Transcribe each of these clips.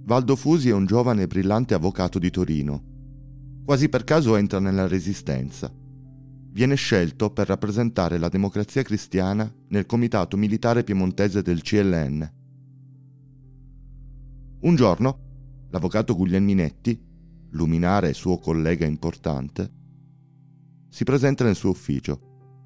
Valdo Fusi è un giovane e brillante avvocato di Torino. Quasi per caso entra nella Resistenza. Viene scelto per rappresentare la Democrazia Cristiana nel Comitato Militare Piemontese del CLN. Un giorno, l'avvocato Guglielminetti, luminare e suo collega importante, si presenta nel suo ufficio.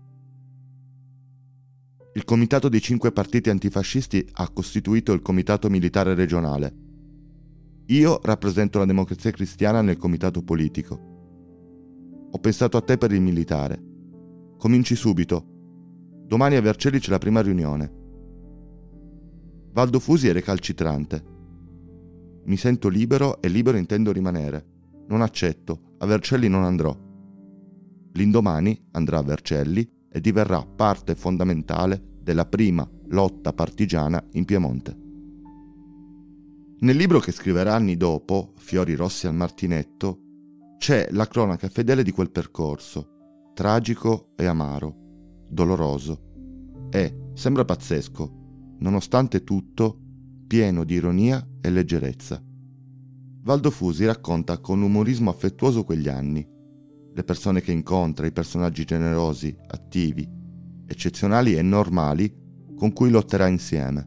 Il comitato dei 5 partiti antifascisti ha costituito il comitato militare regionale. Io rappresento la Democrazia Cristiana nel comitato politico. Ho pensato a te per il militare. Cominci subito. Domani a Vercelli c'è la prima riunione. Valdo Fusi è recalcitrante. Mi sento libero e libero intendo rimanere. Non accetto, a Vercelli non andrò. L'indomani andrà a Vercelli e diverrà parte fondamentale della prima lotta partigiana in Piemonte. Nel libro che scriverà anni dopo, Fiori rossi al martinetto, c'è la cronaca fedele di quel percorso, tragico e amaro, doloroso e, sembra pazzesco, nonostante tutto, pieno di ironia e leggerezza. Valdo Fusi racconta con umorismo affettuoso quegli anni, le persone che incontra, i personaggi generosi, attivi, eccezionali e normali con cui lotterà insieme.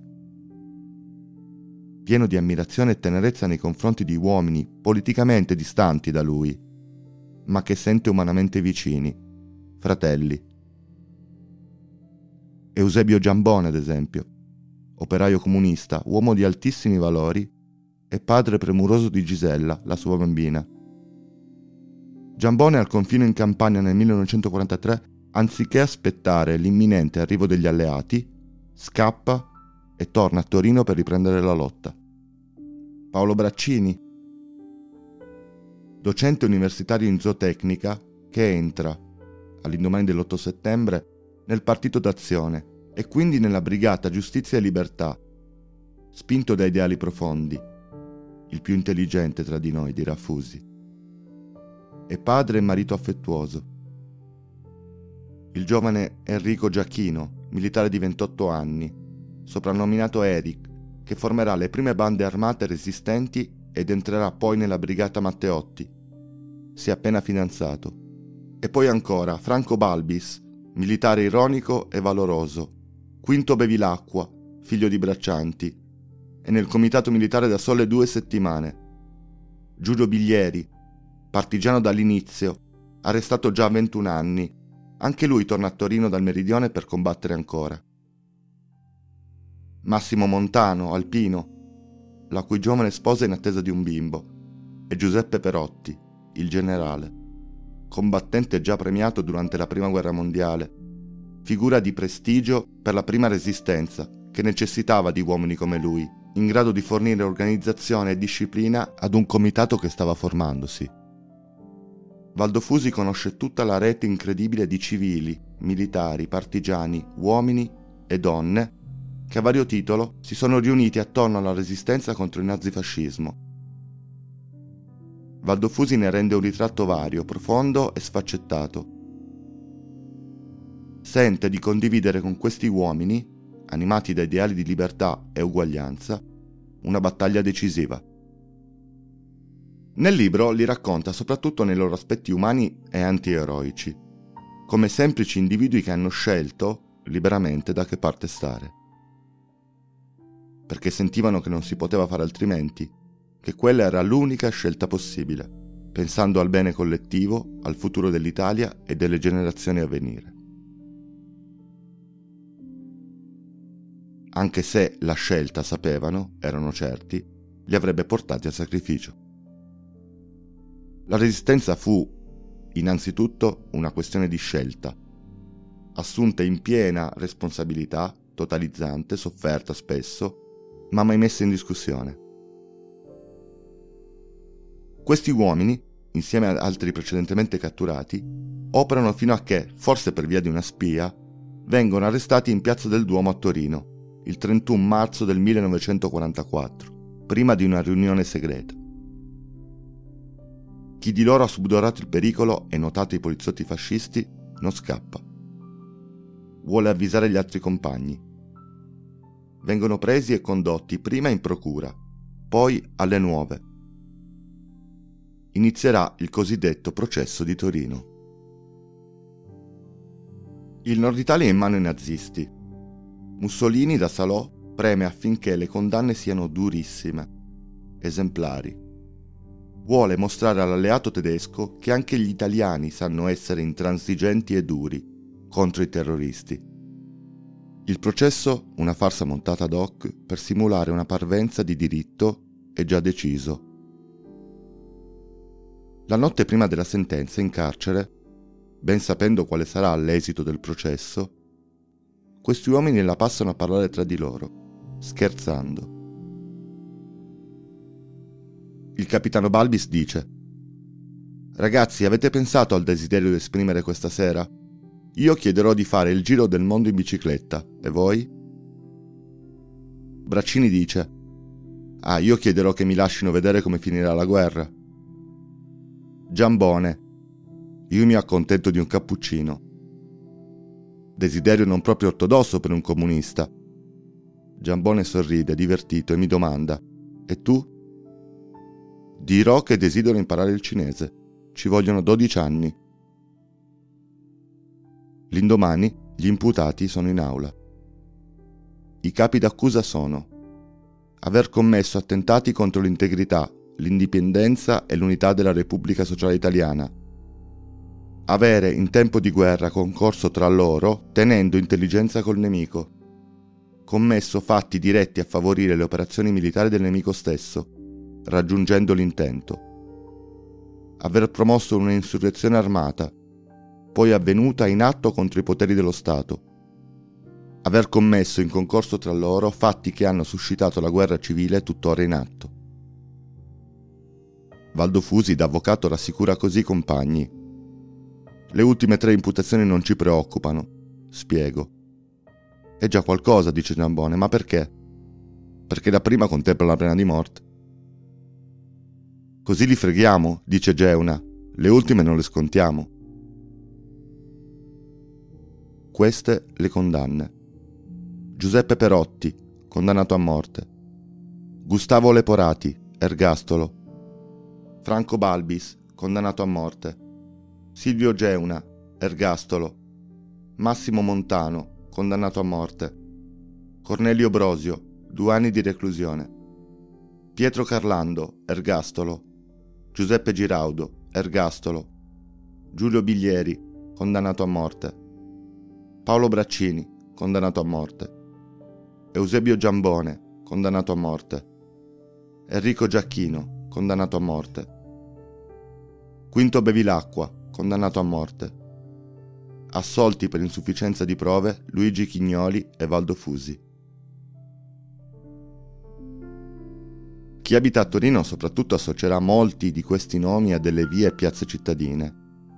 Pieno di ammirazione e tenerezza nei confronti di uomini politicamente distanti da lui, ma che sente umanamente vicini, fratelli. Eusebio Giambone, ad esempio, operaio comunista, uomo di altissimi valori e padre premuroso di Gisella, la sua bambina. Giambone al confino in Campania nel 1943, anziché aspettare l'imminente arrivo degli alleati, scappa e torna a Torino per riprendere la lotta. Paolo Braccini, docente universitario in zootecnica, che entra, all'indomani dell'8 settembre, nel Partito d'Azione e quindi nella Brigata Giustizia e Libertà, spinto da ideali profondi, il più intelligente tra di noi, dirà Fusi. È padre e marito affettuoso. Il giovane Enrico Giacchino, militare di 28 anni, soprannominato Eric, che formerà le prime bande armate resistenti ed entrerà poi nella Brigata Matteotti. Si è appena fidanzato. E poi ancora Franco Balbis, militare ironico e valoroso, Quinto Bevilacqua, figlio di braccianti, e nel comitato militare da sole 2 settimane. Giulio Biglieri, partigiano dall'inizio, arrestato già a 21 anni, anche lui torna a Torino dal Meridione per combattere ancora. Massimo Montano, alpino, la cui giovane sposa è in attesa di un bimbo, e Giuseppe Perotti, il generale, combattente già premiato durante la Prima Guerra Mondiale, figura di prestigio per la prima resistenza, che necessitava di uomini come lui, in grado di fornire organizzazione e disciplina ad un comitato che stava formandosi. Valdo Fusi conosce tutta la rete incredibile di civili, militari, partigiani, uomini e donne che a vario titolo si sono riuniti attorno alla resistenza contro il nazifascismo. Valdo Fusi ne rende un ritratto vario, profondo e sfaccettato. Sente di condividere con questi uomini, animati da ideali di libertà e uguaglianza, una battaglia decisiva. Nel libro li racconta soprattutto nei loro aspetti umani e antieroici, come semplici individui che hanno scelto, liberamente, da che parte stare. Perché sentivano che non si poteva fare altrimenti, che quella era l'unica scelta possibile, pensando al bene collettivo, al futuro dell'Italia e delle generazioni a venire. Anche se la scelta, sapevano, erano certi, li avrebbe portati al sacrificio. La resistenza fu, innanzitutto, una questione di scelta, assunta in piena responsabilità, totalizzante, sofferta spesso, ma mai messa in discussione. Questi uomini, insieme ad altri precedentemente catturati, operano fino a che, forse per via di una spia, vengono arrestati in Piazza del Duomo a Torino, il 31 marzo del 1944, prima di una riunione segreta. Chi di loro ha subudorato il pericolo e notato i poliziotti fascisti non scappa. Vuole avvisare gli altri compagni. Vengono presi e condotti prima in procura, poi alle 9. Inizierà il cosiddetto processo di Torino. Il Nord Italia è in mano ai nazisti. Mussolini da Salò preme affinché le condanne siano durissime, esemplari. Vuole mostrare all'alleato tedesco che anche gli italiani sanno essere intransigenti e duri contro i terroristi. Il processo, una farsa montata ad hoc per simulare una parvenza di diritto, è già deciso. La notte prima della sentenza in carcere, ben sapendo quale sarà l'esito del processo, questi uomini la passano a parlare tra di loro, scherzando. Il capitano Balbis dice: «Ragazzi, avete pensato al desiderio di esprimere questa sera? Io chiederò di fare il giro del mondo in bicicletta, e voi?» Braccini dice: «Io chiederò che mi lasciino vedere come finirà la guerra». Giambone: «Io mi accontento di un cappuccino». Desiderio non proprio ortodosso per un comunista. Giambone sorride, divertito, e mi domanda: «E tu?» Dirò che desidero imparare il cinese. Ci vogliono 12 anni. L'indomani gli imputati sono in aula. I capi d'accusa sono: aver commesso attentati contro l'integrità, l'indipendenza e l'unità della Repubblica Sociale Italiana, avere in tempo di guerra concorso tra loro tenendo intelligenza col nemico, commesso fatti diretti a favorire le operazioni militari del nemico stesso, raggiungendo l'intento, aver promosso un'insurrezione armata, poi avvenuta in atto contro i poteri dello Stato, aver commesso in concorso tra loro fatti che hanno suscitato la guerra civile tuttora in atto. Valdo Fusi, da avvocato, rassicura così i compagni: «Le ultime 3 imputazioni non ci preoccupano. Spiego. È già qualcosa», dice Giambone, «ma perché?» «Perché la prima contempla la pena di morte». «Così li freghiamo», dice Geuna, «le ultime non le scontiamo». Queste le condanne. Giuseppe Perotti, condannato a morte. Gustavo Leporati, ergastolo. Franco Balbis, condannato a morte. Silvio Geuna, ergastolo. Massimo Montano, condannato a morte. Cornelio Brosio, 2 anni di reclusione. Pietro Carlando, ergastolo. Giuseppe Giraudo, ergastolo. Giulio Biglieri, condannato a morte. Paolo Braccini, condannato a morte. Eusebio Giambone, condannato a morte. Enrico Giacchino, condannato a morte. Quinto Bevilacqua, condannato a morte. Assolti per insufficienza di prove Luigi Chignoli e Valdo Fusi. Chi abita a Torino soprattutto associerà molti di questi nomi a delle vie e piazze cittadine.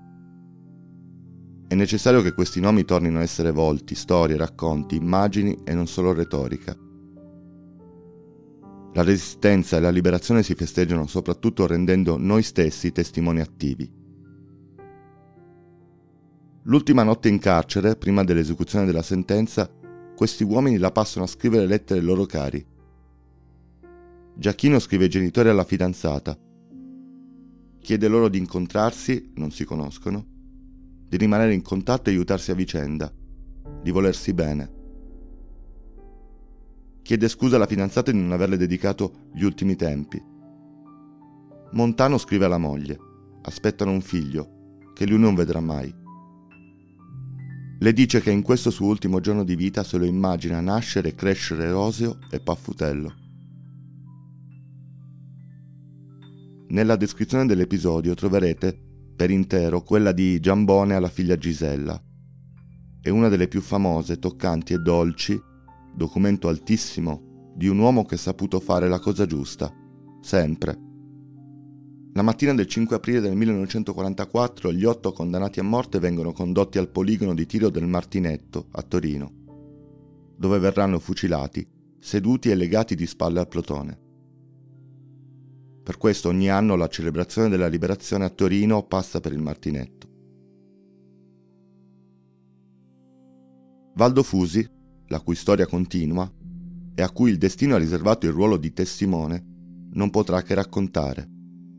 È necessario che questi nomi tornino a essere volti, storie, racconti, immagini e non solo retorica. La resistenza e la liberazione si festeggiano soprattutto rendendo noi stessi testimoni attivi. L'ultima notte in carcere, prima dell'esecuzione della sentenza, questi uomini la passano a scrivere lettere ai loro cari. Giacchino scrive ai genitori e alla fidanzata. Chiede loro di incontrarsi, non si conoscono, di rimanere in contatto e aiutarsi a vicenda, di volersi bene. Chiede scusa alla fidanzata di non averle dedicato gli ultimi tempi. Montano scrive alla moglie: aspettano un figlio, che lui non vedrà mai. Le dice che in questo suo ultimo giorno di vita se lo immagina nascere e crescere roseo e paffutello. Nella descrizione dell'episodio troverete per intero quella di Giambone alla figlia Gisella. È una delle più famose, toccanti e dolci, documento altissimo di un uomo che ha saputo fare la cosa giusta, sempre. La mattina del 5 aprile del 1944 gli 8 condannati a morte vengono condotti al poligono di tiro del Martinetto, a Torino, dove verranno fucilati, seduti e legati di spalle al plotone. Per questo ogni anno la celebrazione della liberazione a Torino passa per il Martinetto. Valdo Fusi, la cui storia continua, e a cui il destino ha riservato il ruolo di testimone, non potrà che raccontare.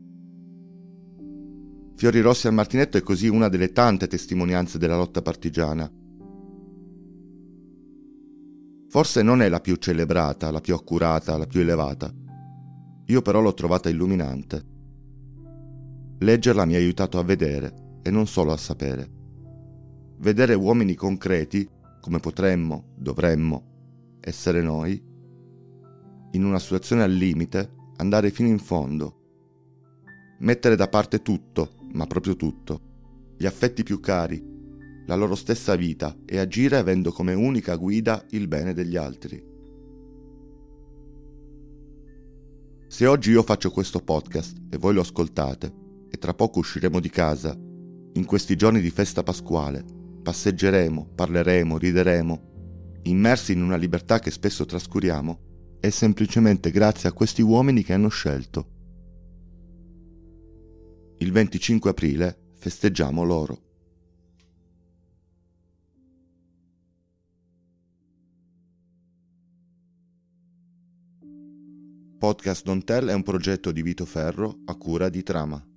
Fiori rossi al Martinetto è così una delle tante testimonianze della lotta partigiana. Forse non è la più celebrata, la più accurata, la più elevata. Io però l'ho trovata illuminante. Leggerla mi ha aiutato a vedere, e non solo a sapere. Vedere uomini concreti, come potremmo, dovremmo, essere noi, in una situazione al limite, andare fino in fondo, mettere da parte tutto, ma proprio tutto, gli affetti più cari, la loro stessa vita e agire avendo come unica guida il bene degli altri. Se oggi io faccio questo podcast e voi lo ascoltate, e tra poco usciremo di casa, in questi giorni di festa pasquale, passeggeremo, parleremo, rideremo, immersi in una libertà che spesso trascuriamo, è semplicemente grazie a questi uomini che hanno scelto. Il 25 aprile festeggiamo loro. Podcast Don't Tell è un progetto di Vito Ferro a cura di Trama.